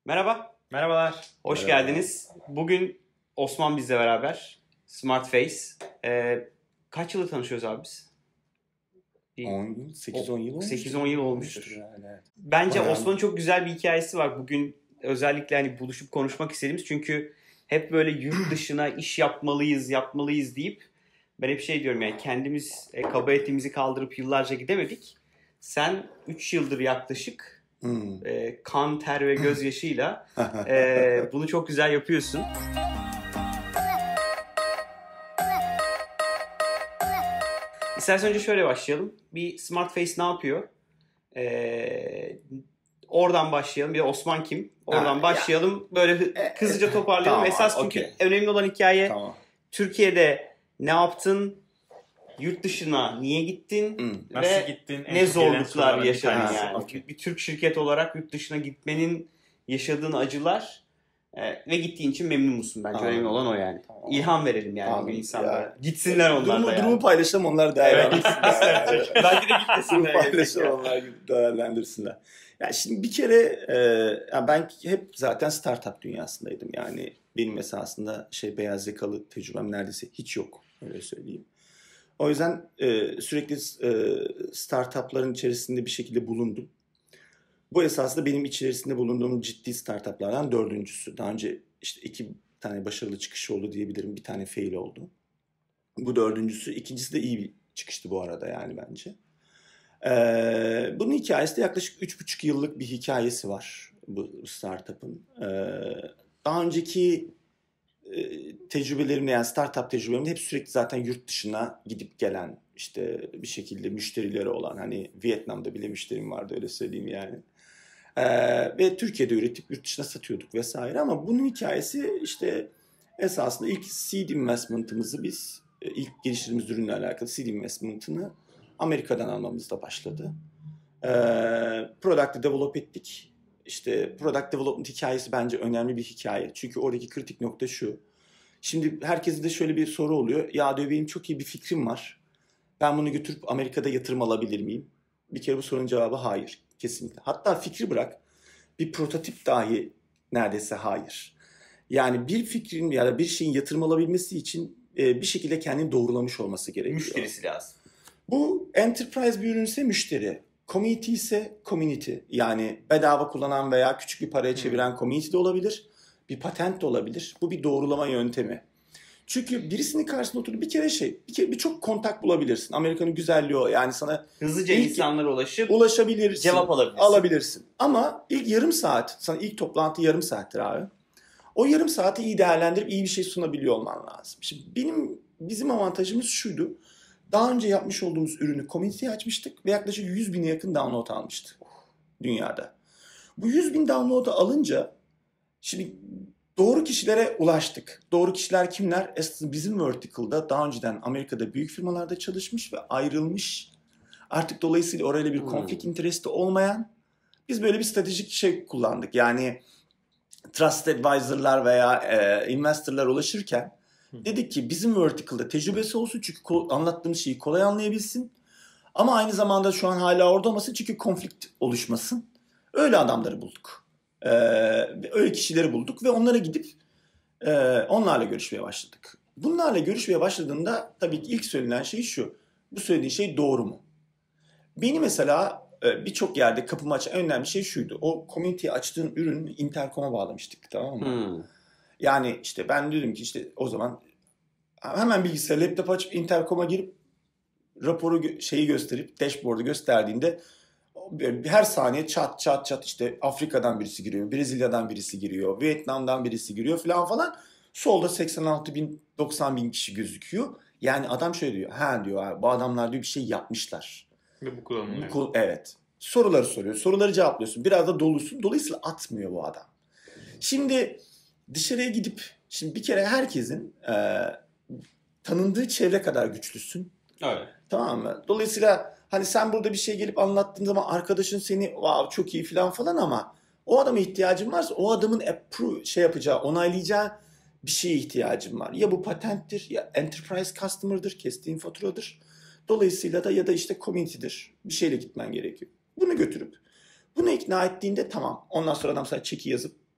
Merhaba, Merhabalar. hoş Merhaba. geldiniz. Bugün Osman bizle beraber. Smart Face. Kaç yıldır tanışıyoruz abi biz? 10 yıl, 8-10 yıl olmuştur. 8-10 yıl olmuştur. Yani, evet. Bence Bayağı. Osman'ın çok güzel bir hikayesi var. Bugün özellikle hani buluşup konuşmak istediğimiz. Çünkü hep böyle yurt dışına iş yapmalıyız deyip ben hep şey diyorum yani kendimiz kaba etimizi kaldırıp yıllarca gidemedik. Sen 3 yıldır yaklaşık kan, ter ve gözyaşıyla bunu çok güzel yapıyorsun. İstersen önce şöyle başlayalım. Bir Smart Face ne yapıyor? Oradan başlayalım. Bir de Osman kim? Oradan başlayalım. Böyle hızlıca toparlayalım. Tamam, Esas çünkü okey. önemli olan hikaye Tamam. Türkiye'de ne yaptın? Yurt dışına niye gittin? Nasıl Ve gittin? ne zorluklar yaşadın tanesi. yani? Okey. Bir Türk şirket olarak yurt dışına gitmenin yaşadığın acılar ve gittiğin için memnun musun? Bence Anladım. önemli olan o yani. Tamam. İlham verelim yani Anladım. bugün insanlara. Ya. Gitsinler onlar da yani. Durumu paylaşalım, onlar değerlendirsinler. Belki de Durumu gitmesinler. paylaşalım, onlar değerlendirsinler. Yani şimdi bir kere yani ben hep zaten startup dünyasındaydım. Yani benim esasında beyaz yakalı tecrübem neredeyse hiç yok. Öyle söyleyeyim. O yüzden sürekli startupların içerisinde bir şekilde bulundum. Bu esasında benim içerisinde bulunduğum ciddi startuplardan dördüncüsü. Daha önce işte 2 tane başarılı çıkış oldu diyebilirim. Bir tane fail oldu. Bu dördüncüsü. İkincisi de iyi bir çıkıştı bu arada yani bence. Bunun hikayesi de yaklaşık 3,5 yıllık bir hikayesi var bu startup'ın. Daha önceki tecrübelerimde yani startup tecrübelerimde hep sürekli zaten yurt dışına gidip gelen işte bir şekilde müşterileri olan hani Vietnam'da bile müşterim vardı öyle söyleyeyim yani. Ve Türkiye'de üretip yurt dışına satıyorduk vesaire ama bunun hikayesi işte esasında ilk seed investment'ımızı biz ilk geliştirdiğimiz ürünle alakalı seed investment'ını Amerika'dan almamızda başladı. Product'ı develop ettik. İşte product development hikayesi bence önemli bir hikaye. Çünkü oradaki kritik nokta şu. Şimdi herkeste de şöyle bir soru oluyor. Ya diyor benim çok iyi bir fikrim var. Ben bunu götürüp Amerika'da yatırım alabilir miyim? Bir kere bu sorunun cevabı hayır. Kesinlikle. Hatta fikri bırak. Bir prototip dahi neredeyse hayır. Yani bir fikrin ya da bir şeyin yatırım alabilmesi için bir şekilde kendini doğrulamış olması gerekiyor. Müşterisi lazım. Bu enterprise bir ürünse müşteri. Community ise community. Yani bedava kullanan veya küçük bir paraya çeviren community de olabilir. Bir patent de olabilir. Bu bir doğrulama yöntemi. Çünkü birisinin karşısında oturup birçok kontak bulabilirsin. Amerika'nın güzelliği o. Yani sana Hızlıca insanlara ulaşabilirsin. Cevap alabilirsin. Ama ilk yarım saat, sana ilk toplantı yarım saattir abi. O yarım saati iyi değerlendirip iyi bir şey sunabiliyor olman lazım. Şimdi bizim avantajımız şuydu. Daha önce yapmış olduğumuz ürünü community'ye açmıştık ve yaklaşık 100.000'e yakın download almıştı dünyada. Bu 100.000 download'u alınca şimdi doğru kişilere ulaştık. Doğru kişiler kimler? Aslında bizim vertical'da daha önceden Amerika'da büyük firmalarda çalışmış ve ayrılmış. Artık dolayısıyla orayla bir conflict interest'i olmayan biz böyle bir stratejik kullandık. Yani trusted advisor'lar veya investor'lar ulaşırken dedik ki bizim vertical'da tecrübesi olsun çünkü anlattığımız şeyi kolay anlayabilsin. Ama aynı zamanda şu an hala orada olmasın çünkü konflikt oluşmasın. Öyle adamları bulduk. Öyle kişileri bulduk ve onlara gidip onlarla görüşmeye başladık. Bunlarla görüşmeye başladığında tabii ki ilk söylenen şey şu. Bu söylediğin şey doğru mu? Beni mesela birçok yerde kapımı açan en önemli şey şuydu. O community'ye açtığın ürünü Intercom'a bağlamıştık, tamam mı? Yani işte ben dedim ki işte o zaman hemen bilgisayar laptop açıp Intercom'a girip raporu gösterip dashboard'u gösterdiğinde her saniye çat işte Afrika'dan birisi giriyor, Brezilya'dan birisi giriyor, Vietnam'dan birisi giriyor falan. Solda 86.000 90.000 kişi gözüküyor. Yani adam şöyle diyor. Diyor bu adamlar diyor bir şey yapmışlar. Ve bu kullanılıyor. Evet. Soruları soruyor. Soruları cevaplıyorsun. Biraz da dolusun. Dolayısıyla atmıyor bu adam. Şimdi dışarıya gidip şimdi bir kere herkesin tanındığı çevre kadar güçlüsün. Evet. Tamam mı? Dolayısıyla hani sen burada bir şey gelip anlattığın zaman arkadaşın seni wow, çok iyi falan ama o adama ihtiyacın varsa o adamın yapacağı, onaylayacağı bir şeye ihtiyacın var. Ya bu patenttir ya enterprise customer'dır, kestiğin faturadır. Dolayısıyla da ya da işte community'dir. Bir şeyle gitmen gerekiyor. Bunu götürüp bunu ikna ettiğinde tamam. Ondan sonra adam sana çeki yazıp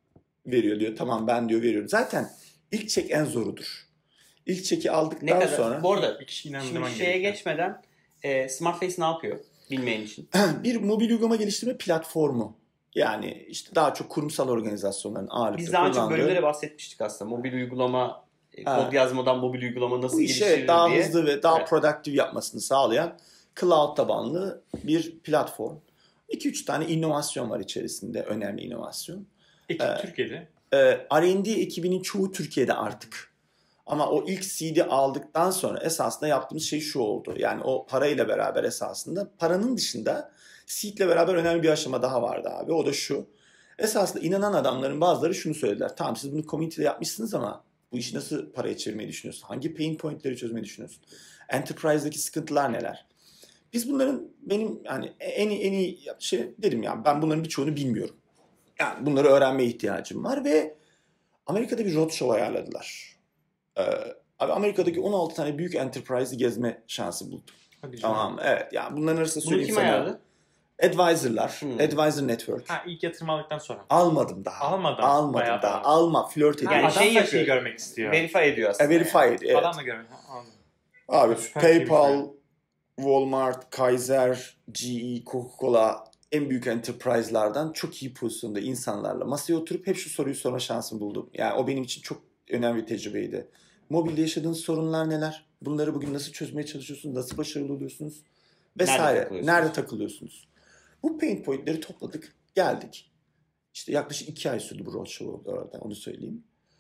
veriyor diyor. Tamam ben diyor veriyorum. Zaten ilk çek en zorudur. İlk çeki Ne aldıktan kadar? sonra Bu arada Bir kişi şimdi inandırman şeye gerekiyor. geçmeden Smartface ne yapıyor? Bilmeyen için. bir mobil uygulama geliştirme platformu. Yani işte daha çok kurumsal organizasyonların ağırlıklı Biz daha önce kullandığı. bölümlere bahsetmiştik aslında. Mobil uygulama, Ha. kod yazmadan mobil uygulama nasıl Bu işi geliştirilir daha diye. hızlı ve daha Evet. produktif yapmasını sağlayan cloud tabanlı bir platform. 2-3 tane inovasyon var içerisinde. Önemli inovasyon. Ekip Türkiye'de. R&D ekibinin çoğu Türkiye'de artık. Ama o ilk CD aldıktan sonra esasında yaptığımız şey şu oldu. Yani o parayla beraber esasında paranın dışında seed'le beraber önemli bir aşama daha vardı abi. O da şu. Esasında inanan adamların bazıları şunu söylediler. Tamam siz bunu community'de yapmışsınız ama bu işi nasıl paraya çevirmeyi düşünüyorsun? Hangi pain point'leri çözmeyi düşünüyorsun? Enterprise'daki sıkıntılar neler? Biz bunların benim yani en iyi şey dedim ya ben bunların birçoğunu bilmiyorum. Yani bunları öğrenmeye ihtiyacım var ve Amerika'da bir roadshow ayarladılar. Abi Amerika'daki 16 tane büyük enterprise'i gezme şansı buldum. Hadi canım. Tamam evet yani bunların arasında Bunu söyleyeyim kim sana. ayarladı? Advisor'lar, Hmm. Advisor Network. Ha ilk yatırım aldıktan sonra. Almadım daha. Almadan. Bayağı daha. daha. Alma, flört ediyor. Yani Adam şey da yapıyor. şeyi görmek istiyor. Verify ediyor aslında. Verify ediyor. Evet. Adam da görmek. Anladım. Abi Süper PayPal, Walmart, Kaiser, GE, Coca-Cola en büyük enterprise'lardan çok iyi pozisyonda insanlarla masaya oturup hep şu soruyu sorma şansım buldum. Yani o benim için çok önemli bir tecrübeydi. Mobilde yaşadığınız sorunlar neler? Bunları bugün nasıl çözmeye çalışıyorsunuz? Nasıl başarılı oluyorsunuz? Vesaire. Nerede takılıyorsunuz? Bu pain point'leri topladık. Geldik. İşte yaklaşık 2 ay sürdü bu roadshow orada. Onu söyleyeyim.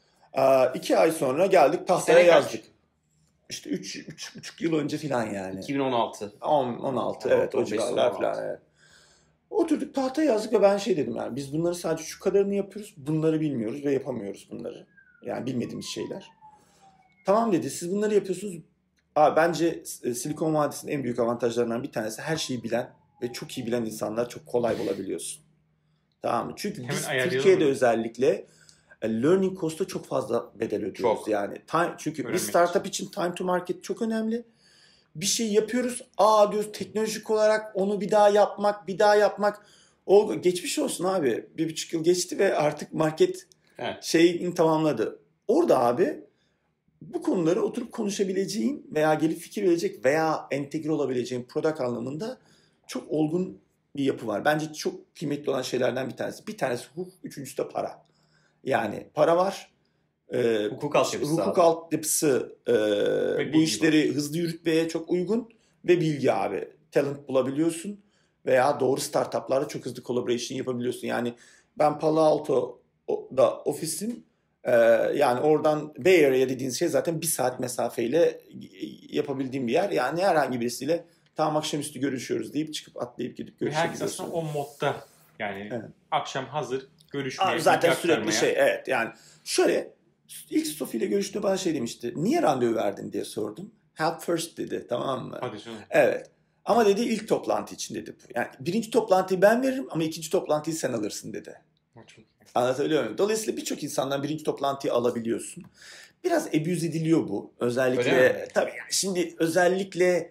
2 ay sonra geldik tahtaya Sene kaç? yazdık. İşte 3,5 yıl önce falan yani. 2016. 16 Tamam, evet o 15, civarlar 16. falan evet. Oturduk tahtaya yazdık ve ben şey dedim yani biz bunları sadece şu kadarını yapıyoruz. Bunları bilmiyoruz ve yapamıyoruz bunları. Yani bilmediğimiz şeyler. Tamam dedi siz bunları yapıyorsunuz. Bence Silikon Vadisi'nin en büyük avantajlarından bir tanesi her şeyi bilen ve çok iyi bilen insanlar çok kolay bulabiliyorsun. Tamam mı? Çünkü Hemen biz ayarlayalım Türkiye'de mı? özellikle learning cost'a çok fazla bedel ödüyoruz. Çok. Yani çünkü bir Öğrenmek startup için time to market çok önemli. Bir şey yapıyoruz. Diyoruz teknolojik olarak onu bir daha yapmak. O geçmiş olsun abi. 1,5 yıl geçti ve artık market Evet. şeyini tamamladı. Orada abi bu konuları oturup konuşabileceğin veya gelip fikir verecek veya entegre olabileceğin product anlamında çok olgun bir yapı var. Bence çok kıymetli olan şeylerden bir tanesi. Bir tanesi hukuk, üçüncüsü de para. Yani para var. Hukuk altyapısı Hukuk abi. altyapısı bu bilgi işleri hızlı yürütmeye çok uygun ve bilgi abi. Talent bulabiliyorsun veya doğru startuplarla çok hızlı collaboration yapabiliyorsun. Yani ben Palo Alto'da ofisim. Yani oradan Bay Area dediğiniz şey zaten 1 saat mesafeyle yapabildiğim bir yer. Yani herhangi birisiyle tam akşamüstü görüşüyoruz deyip çıkıp atlayıp gidip Ve herkes görüşebiliyorsun. aslında o modda. Yani Evet. akşam hazır görüşmeye. Zaten bilgi sürekli aktarmaya. şey evet yani şöyle ilk Sophie ile görüştüğümde bana şey demişti. Niye randevu verdin diye sordum. Help first dedi tamam mı? Hadi canım. Evet. Ama dedi ilk toplantı için dedi. Yani birinci toplantıyı ben veririm ama ikinci toplantıyı sen alırsın dedi. Çok iyi. Anlatabiliyor muyum? Dolayısıyla birçok insandan birinci toplantıyı alabiliyorsun. Biraz abuse ediliyor bu. Özellikle Öyle mi? tabii yani şimdi özellikle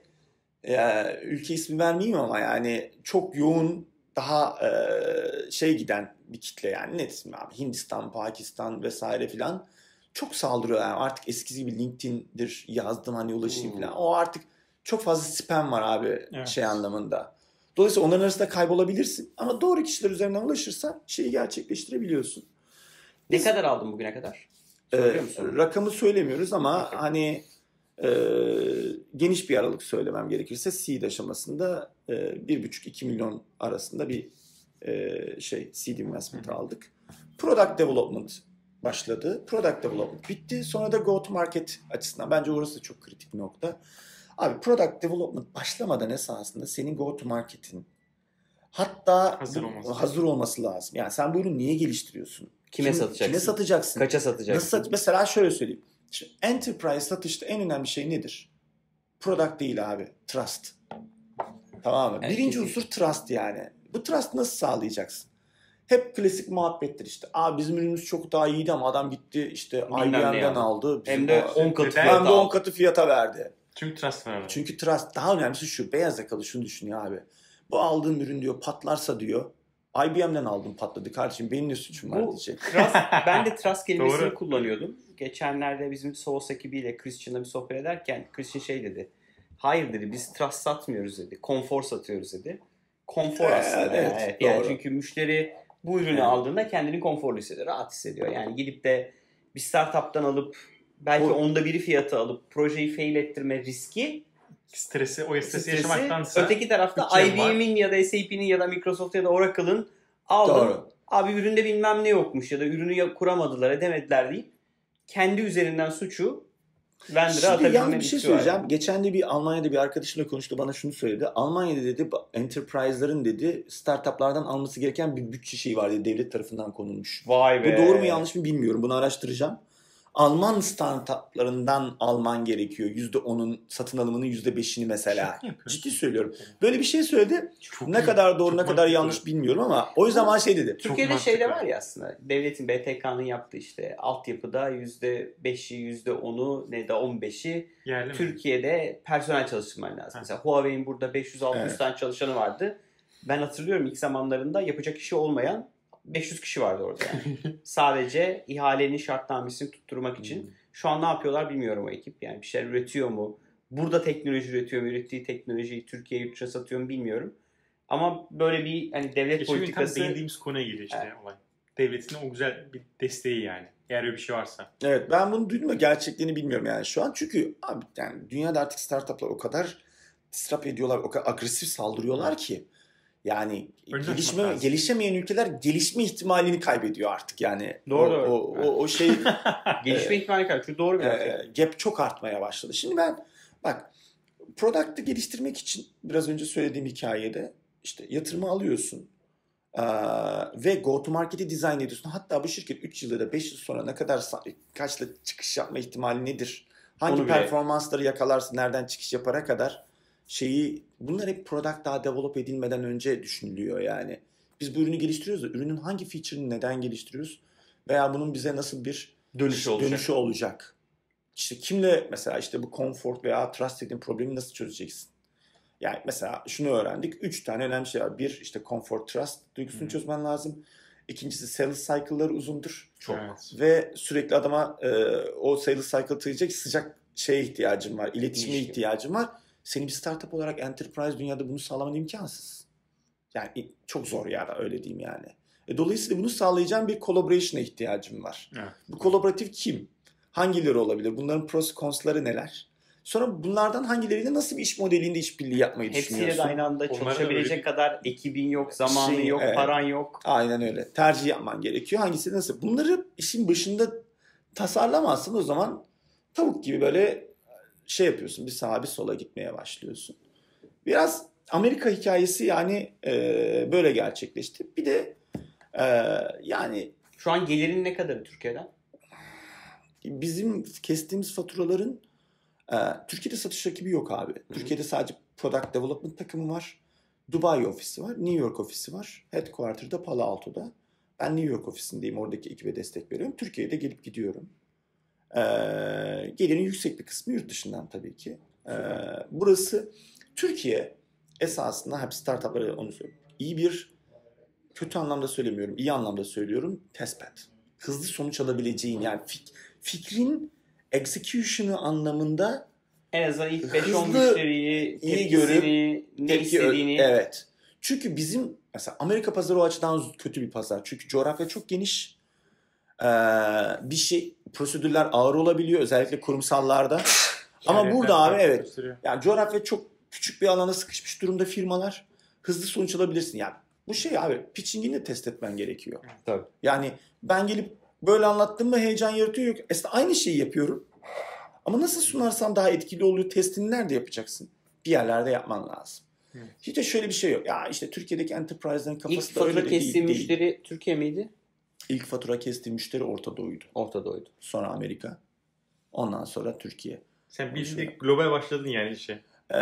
ülke ismi vermeyeyim ama yani çok yoğun daha şey giden bir kitle yani ne ismi abi Hindistan, Pakistan vesaire filan çok saldırıyor yani artık eskisi gibi LinkedIn'dir yazdım hani ulaşayım filan. O artık çok fazla spam var abi Evet. şey anlamında. Dolayısıyla onların arasında kaybolabilirsin ama doğru kişiler üzerinden ulaşırsan şeyi gerçekleştirebiliyorsun. Ne kadar aldın bugüne kadar? Söylüyor musun? Rakamı söylemiyoruz ama Okay. hani geniş bir aralık söylemem gerekirse seed aşamasında 1,5-2 milyon arasında bir seed investment aldık. Product development başladı. Product development bitti. Sonra da go to market açısından bence orası çok kritik bir nokta. Abi product development başlamadan esasında senin go to market'in hatta hazır olması lazım. Yani sen bu ürünü niye geliştiriyorsun? Kime satacaksın? Kime satacaksın? Kaça satacaksın? Mesela şöyle söyleyeyim. Şimdi enterprise satışta en önemli şey nedir? Product değil abi. Trust. Tamam mı? Evet, Birinci kesinlikle. unsur trust yani. Bu trust nasıl sağlayacaksın? Hep klasik muhabbettir işte. Bizim ürünümüz çok daha iyiydi ama adam gitti işte Bilmem ne IBM'den yani. aldı. Hem de 10 katı Neden? fiyata Hem de 10 aldı. katı fiyata verdi. Çünkü trust var arada. Çünkü trust daha önemlisi şu. Beyaz yakalı şunu düşünüyor abi. Bu aldığım ürün diyor patlarsa diyor IBM'den aldım patladı kardeşim. Benim ne suçum var Bu diyecek. ben de trust kelimesini Doğru. kullanıyordum. Geçenlerde bizim Soğuz ekibiyle Christian'la bir sohbet ederken Christian şey dedi. Hayır dedi, biz trust satmıyoruz dedi. Konfor satıyoruz dedi. Konfor aslında. Evet, Evet. Yani doğru. çünkü müşteri bu ürünü Evet. aldığında kendini konforlu hissediyor, rahat hissediyor. Yani gidip de bir startup'tan alıp belki onda biri fiyatı alıp projeyi fail ettirme riski, o stresi yaşamaktansa öteki tarafta bütçem var. IBM'in ya da SAP'nin ya da Microsoft ya da Oracle'ın aldın. Doğru. Abi üründe bilmem ne yokmuş ya da ürünü kuramadılar, edemediler deyip kendi üzerinden suçu vendor'a Şimdi atabilme yalnız bir şey riski var söyleyeceğim. yani. Geçen de bir Almanya'da bir arkadaşımla konuştu. Bana şunu söyledi. Almanya'da dedi enterprise'ların dedi startuplardan alması gereken bir bütçe şeyi var dedi. Devlet tarafından konulmuş. Vay Bu be. doğru mu yanlış mı bilmiyorum. Bunu araştıracağım. Alman startuplarından alman gerekiyor. %10'un satın alımının %5'ini mesela. Çok mu yapıyorsun? Ciddi söylüyorum. Böyle bir şey söyledi. Çok Ne iyi. kadar doğru Çok ne kadar mantıklı. yanlış bilmiyorum ama o yüzden bana şey dedi. Türkiye'de Çok şey de mantıklı. var ya aslında. Devletin BTK'nın yaptığı işte altyapıda %5'i, %10'u ne de 15'i Yerli mi? Türkiye'de personel çalıştırman lazım. Ha. Mesela Huawei'in burada 500-600 Evet. tane çalışanı vardı. Ben hatırlıyorum ilk zamanlarında yapacak işi olmayan 500 kişi vardı orada yani. Sadece ihalenin şartnamesini tutturmak için. Şu an ne yapıyorlar bilmiyorum o ekip. Yani bir şeyler üretiyor mu? Burada teknoloji üretiyor mu? Ürettiği teknolojiyi Türkiye'ye yurt dışına satıyor mu bilmiyorum. Ama böyle bir hani devlet Şimdi tam politikası... değindiğimiz konuya geliyor işte olay. Devletin o güzel bir desteği yani. Eğer öyle bir şey varsa. Evet, ben bunu duydum da gerçekliğini bilmiyorum yani şu an. Çünkü abi yani dünyada artık startuplar o kadar disrupt ediyorlar, o kadar agresif saldırıyorlar ki yani Önünü açmak lazım. gelişemeyen ülkeler gelişme ihtimalini kaybediyor artık yani. Doğru, O şey Gelişme ihtimali kadar. Çünkü doğru bir gap çok artmaya başladı. Şimdi ben bak product'ı geliştirmek için biraz önce söylediğim hikayede işte yatırımı alıyorsun. Ve go to market'i dizayn ediyorsun. Hatta bu şirket 3 yıl ya da 5 yıl sonra ne kadar kaçla çıkış yapma ihtimali nedir? Hangi Onu bile- performansları yakalarsın, nereden çıkış yapara kadar bunlar hep product daha develop edilmeden önce düşünülüyor yani. Biz bu ürünü geliştiriyoruz da ürünün hangi feature'ını neden geliştiriyoruz veya bunun bize nasıl bir dönüşü olacak. İşte kimle mesela işte bu comfort veya trust dediğin problemi nasıl çözeceksin? Yani mesela şunu öğrendik. 3 tane önemli şey var. Bir işte comfort trust duygusunu çözmen lazım. İkincisi sales cycle'ları uzundur. Çok. Ve sürekli adama o sales cycle tıyacak sıcak şeye ihtiyacın var. İletişime İlişki. ihtiyacın var. Senin bir startup olarak enterprise dünyada bunu sağlaman imkansız. Yani çok zor ya da öyle diyeyim yani. Dolayısıyla bunu sağlayacağın bir collaboration'a ihtiyacın var. Evet. Bu collaboratif kim? Hangileri olabilir? Bunların pros cons'ları neler? Sonra bunlardan hangileriyle nasıl bir iş modelinde işbirliği yapmayı Hepsiyle düşünüyorsun? de aynı anda Onlara da çalışabilecek öyle bir- kadar ekibin yok, zamanın Şey, yok, evet. paran yok. Aynen öyle. Tercih yapman gerekiyor. Hangisi nasıl? Bunları işin başında tasarlamazsın o zaman tavuk gibi böyle şey yapıyorsun. Bir sağa bir sola gitmeye başlıyorsun. Biraz Amerika hikayesi yani böyle gerçekleşti. Bir de yani Şu an gelirin ne kadarı Türkiye'den? bizim kestiğimiz faturaların Türkiye'de satış rakibi yok abi. Türkiye'de sadece product development takımı var. Dubai ofisi var. New York ofisi var. Headquarter'da Palo Alto'da. Ben New York ofisindeyim. Oradaki ekibe destek veriyorum. Türkiye'de gelip gidiyorum. Gelirin yüksek bir kısmı yurt dışından tabii ki. Burası Türkiye esasında hep startuplara onu söylüyorum. İyi bir kötü anlamda söylemiyorum. İyi anlamda söylüyorum. Testbed. Hızlı sonuç alabileceğin yani fikrin execution'ı anlamında En azından ilk 5-10 Hızlı, müşteriyi, iyi tepkisini, ne istediğini. Evet. Çünkü bizim mesela Amerika pazarı o açıdan kötü bir pazar. Çünkü coğrafya çok geniş. Bir şey prosedürler ağır olabiliyor özellikle kurumsallarda. Ama Yani burada abi fark evet. gösteriyor. Yani coğrafya çok küçük bir alana sıkışmış durumda firmalar. Hızlı sonuç alabilirsin. Yani bu şey abi pitching'ini de test etmen gerekiyor. Tabii. Yani ben gelip böyle anlattım mı heyecan yaratıyor yok. Aslında aynı şeyi yapıyorum. Ama nasıl sunarsam daha etkili oluyor testini nerede yapacaksın? Bir yerlerde yapman lazım. Hiç de şöyle bir şey yok. Ya işte Türkiye'deki enterprise'lerin İlk kafası da öyle fatura de kestiği değil. müşteri Türkiye miydi? İlk fatura kestiği müşteri Orta Doğu'ydu. Orta Doğu'ydu. Sonra Amerika. Ondan sonra Türkiye. Sen bildiğin global başladın yani işe.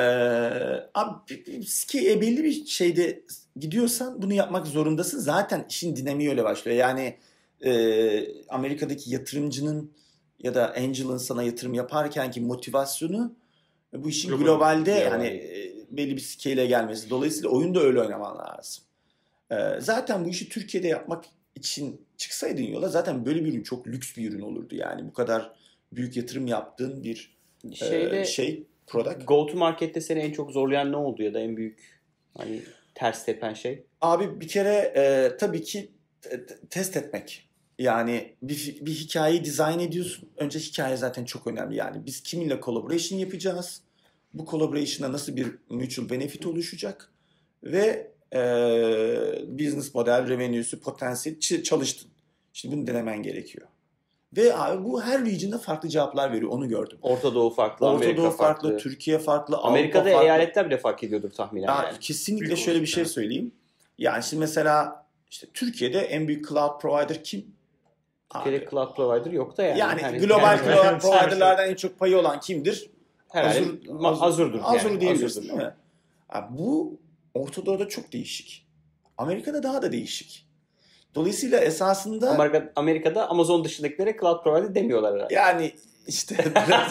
Abi belli bir şeyde gidiyorsan bunu yapmak zorundasın. Zaten işin dinamiği öyle başlıyor. Yani Amerika'daki yatırımcının ya da Angel'ın sana yatırım yaparkenki motivasyonu bu işin globalde yani belli bir scale'e gelmesi. Dolayısıyla oyunu da öyle oynaman lazım. Zaten bu işi Türkiye'de yapmak için çıksaydın yola zaten böyle bir ürün çok lüks bir ürün olurdu yani. Bu kadar büyük yatırım yaptığın bir product. Go to market'te seni en çok zorlayan ne oldu ya da en büyük hani ters tepen şey? Abi bir kere tabii ki test etmek. Yani bir hikayeyi dizayn ediyorsun. Önce hikaye zaten çok önemli. Yani biz kiminle collaboration yapacağız? Bu collaboration'a nasıl bir mutual benefit oluşacak? Ve business model, revenue'su, potansiyel çalıştın. Şimdi bunu denemen gerekiyor. Ve abi bu her region'da farklı cevaplar veriyor. Onu gördüm. Orta Doğu farklı, Orta Amerika Doğu farklı, Türkiye farklı, Amerika'da Avrupa farklı. eyaletler bile fark ediyordur tahminen yani. Kesinlikle Büyük şöyle bir olsun, şey evet. söyleyeyim. Yani şimdi mesela işte Türkiye'de en büyük cloud provider kim? Türkiye'de cloud provider yok da yani. Yani Hani global yani- cloud providerlardan en çok payı olan kimdir? herhalde Azure'dur. Azure yani. diyebilirsin Azure'dur. değil mi? Abi bu Orta Doğu'da çok değişik. Amerika'da daha da değişik. Dolayısıyla esasında Amerika'da Amazon dışındakilere cloud provider demiyorlar herhalde. yani işte biraz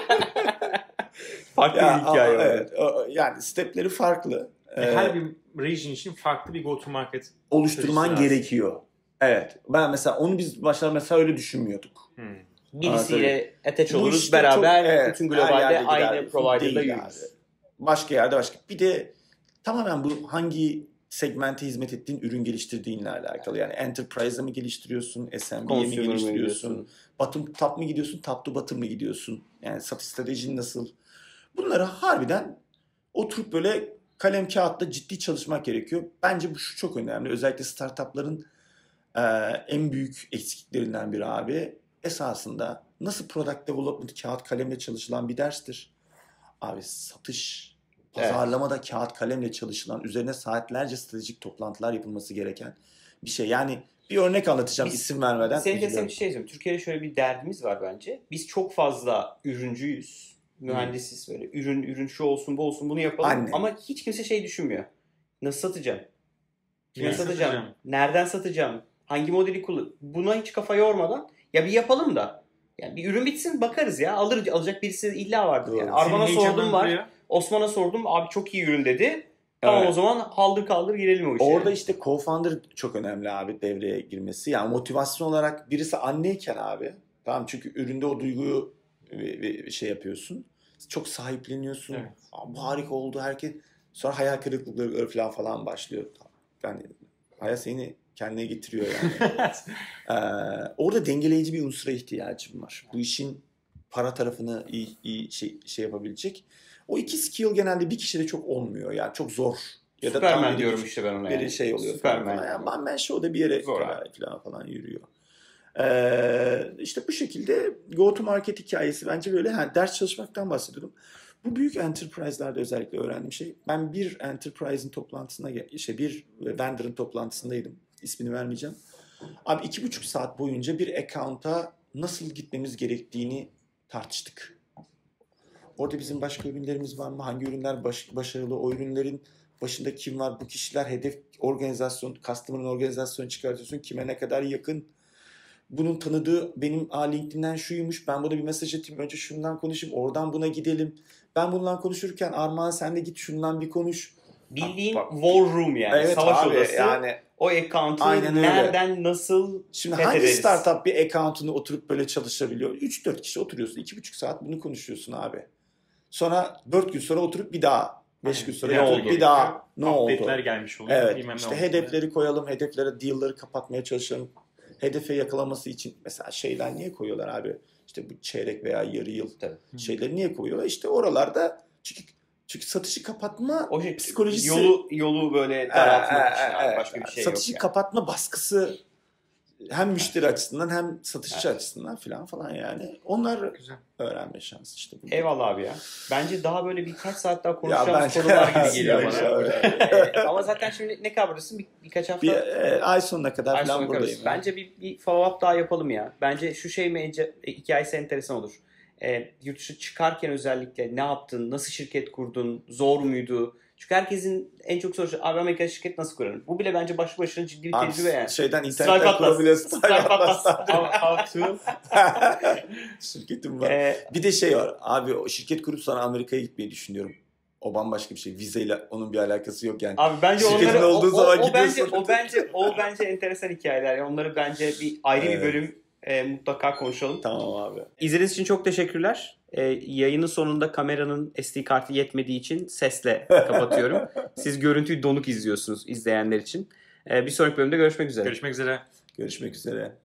Farklı bir hikaye var. evet, yani stepleri farklı. Her bir region için farklı bir go to market Oluşturman stratejisi lazım. gerekiyor. Evet. Ben mesela onu biz başta mesela öyle düşünmüyorduk. Birisiyle attach Bu oluruz işte beraber çok, bütün her globalde yerde gider. aynı provider'da Değil yürürüz. abi. Başka yerde başka. Bir de tamamen bu hangi segmente hizmet ettiğin, ürün geliştirdiğinle alakalı. Yani enterprise'a mı geliştiriyorsun, SMB'ye mi Consumer mı geliştiriyorsun, gidiyorsun? bottom top mı gidiyorsun, top to bottom mı gidiyorsun? Yani satış stratejin nasıl? Bunları harbiden oturup böyle kalem kağıtla ciddi çalışmak gerekiyor. Bence bu şu çok önemli. Özellikle startupların en büyük eksikliklerinden biri abi. Esasında nasıl product development kağıt kalemle çalışılan bir derstir. Abi satış, pazarlamada kağıt kalemle çalışılan, üzerine saatlerce stratejik toplantılar yapılması gereken bir şey. Yani bir örnek anlatacağım isim vermeden. Senin de bir şey söyleyeyim. Türkiye'de şöyle bir derdimiz var bence. Biz çok fazla ürüncüyüz. Mühendisiz böyle. Ürün şu olsun bu olsun bunu yapalım. Anne. Ama hiç kimse şey düşünmüyor. Nasıl satacağım? Kime Neyi satacağım? satacağım? Nereden satacağım? Hangi modeli kullan? Buna hiç kafa yormadan ya bir yapalım da. Yani bir ürün bitsin bakarız ya. Alacak birisi illa vardır Doğru. yani. Arman'a Seni sordum var. heyecanlandırıyor. Osman'a sordum. Abi çok iyi ürün dedi. Tamam Evet. o zaman haldır kaldır girelim o işe. Orada işte co-founder çok önemli abi devreye girmesi. Yani motivasyon olarak birisi anneyken abi. Tamam çünkü üründe o duyguyu şey yapıyorsun. Çok sahipleniyorsun. Evet. Aa, bu harika oldu herkes. Sonra hayal kırıklıkları falan başlıyor. Yani hayal seni kendine getiriyor yani. Orada dengeleyici bir unsura ihtiyacım var. Bu işin para tarafını iyi şey yapabilecek. O iki skill genelde bir kişide çok olmuyor. Yani çok zor. Ya da Superman tam diyorum işte ben ona yani. bir şey oluyor. Superman. Falan. Yani one man show'da bir yere Zor falan yürüyor. İşte bu şekilde go to market hikayesi bence böyle ders çalışmaktan bahsediyordum. Bu büyük enterprise'larda özellikle öğrendiğim şey. Ben bir enterprise'in toplantısına bir vendor'ın toplantısındaydım. İsmini vermeyeceğim. Abi 2,5 saat boyunca bir account'a nasıl gitmemiz gerektiğini tartıştık. Orada bizim başka ürünlerimiz var mı? Hangi ürünler başarılı? O ürünlerin başında kim var? Bu kişiler hedef organizasyon, customer'ın organizasyonu çıkartıyorsun. Kime ne kadar yakın? Bunun tanıdığı benim LinkedIn'den şuymuş. Ben buna bir mesaj atayım. Önce şundan konuşayım. Oradan buna gidelim. Ben bundan konuşurken Armağan sen de git şundan bir konuş. Bildiğin war room yani. Evet Savaş abi, odası. yani O account'u aynen öyle. nereden nasıl Şimdi fethederiz? hangi startup bir account'unu oturup böyle çalışabiliyor? 3-4 kişi oturuyorsun. 2,5 saat bunu konuşuyorsun abi. Sonra 4 gün sonra oturup bir daha. 5 gün sonra Ne oturup oldu? bir daha. Ne oldu? Update'ler gelmiş oluyor. Evet. Bilmem ne İşte oldu. hedefleri koyalım. Hedeflere deal'ları kapatmaya çalışalım. Hedefe yakalaması için mesela şeyler niye koyuyorlar abi? İşte bu çeyrek veya yarı yıl şeyleri niye koyuyorlar? İşte oralarda çünkü satışı kapatma O şey, psikolojisi yolu böyle daraltmak için abi. Başka bir şey satışı yok yani. kapatma baskısı hem müşteri açısından hem satışçı açısından falan yani. Onlar Güzel. öğrenme şansı işte. Eyvallah abi ya. Bence daha böyle birkaç saat daha Ya konuşacağımız bence- konular gibi geliyor Ya, bana. Ama zaten şimdi ne kadar buradasın? Birkaç hafta. Ay sonuna kadar Ay falan sonu buradayım. kalırız. Bence bir follow up daha yapalım ya. Bence şu hikayesi enteresan olur. Yurt dışı çıkarken özellikle ne yaptın, nasıl şirket kurdun, zor muydu? Çünkü herkesin en çok sorusu abi Amerika'da şirket nasıl kurarım? Bu bile bence başlı başına ciddi bir tecrübe yani. Şeyden Stripe internetten Atlas. kurabiliyorsun. Stripe Atlas. How to. Şirketim var. Bir de şey var. Abi o şirket kurup sonra Amerika'ya gitmeyi düşünüyorum. O bambaşka bir şey. Vizeyle onun bir alakası yok yani. Abi bence Şirketin onları olduğu zaman o bence enteresan hikayeler. Yani onları bence bir ayrı bir bölüm mutlaka konuşalım. Tamam abi. İzlediğiniz için çok teşekkürler. Yayının sonunda kameranın SD kartı yetmediği için sesle kapatıyorum. Siz görüntüyü donuk izliyorsunuz izleyenler için. Bir sonraki bölümde görüşmek üzere. Görüşmek üzere. Görüşmek üzere.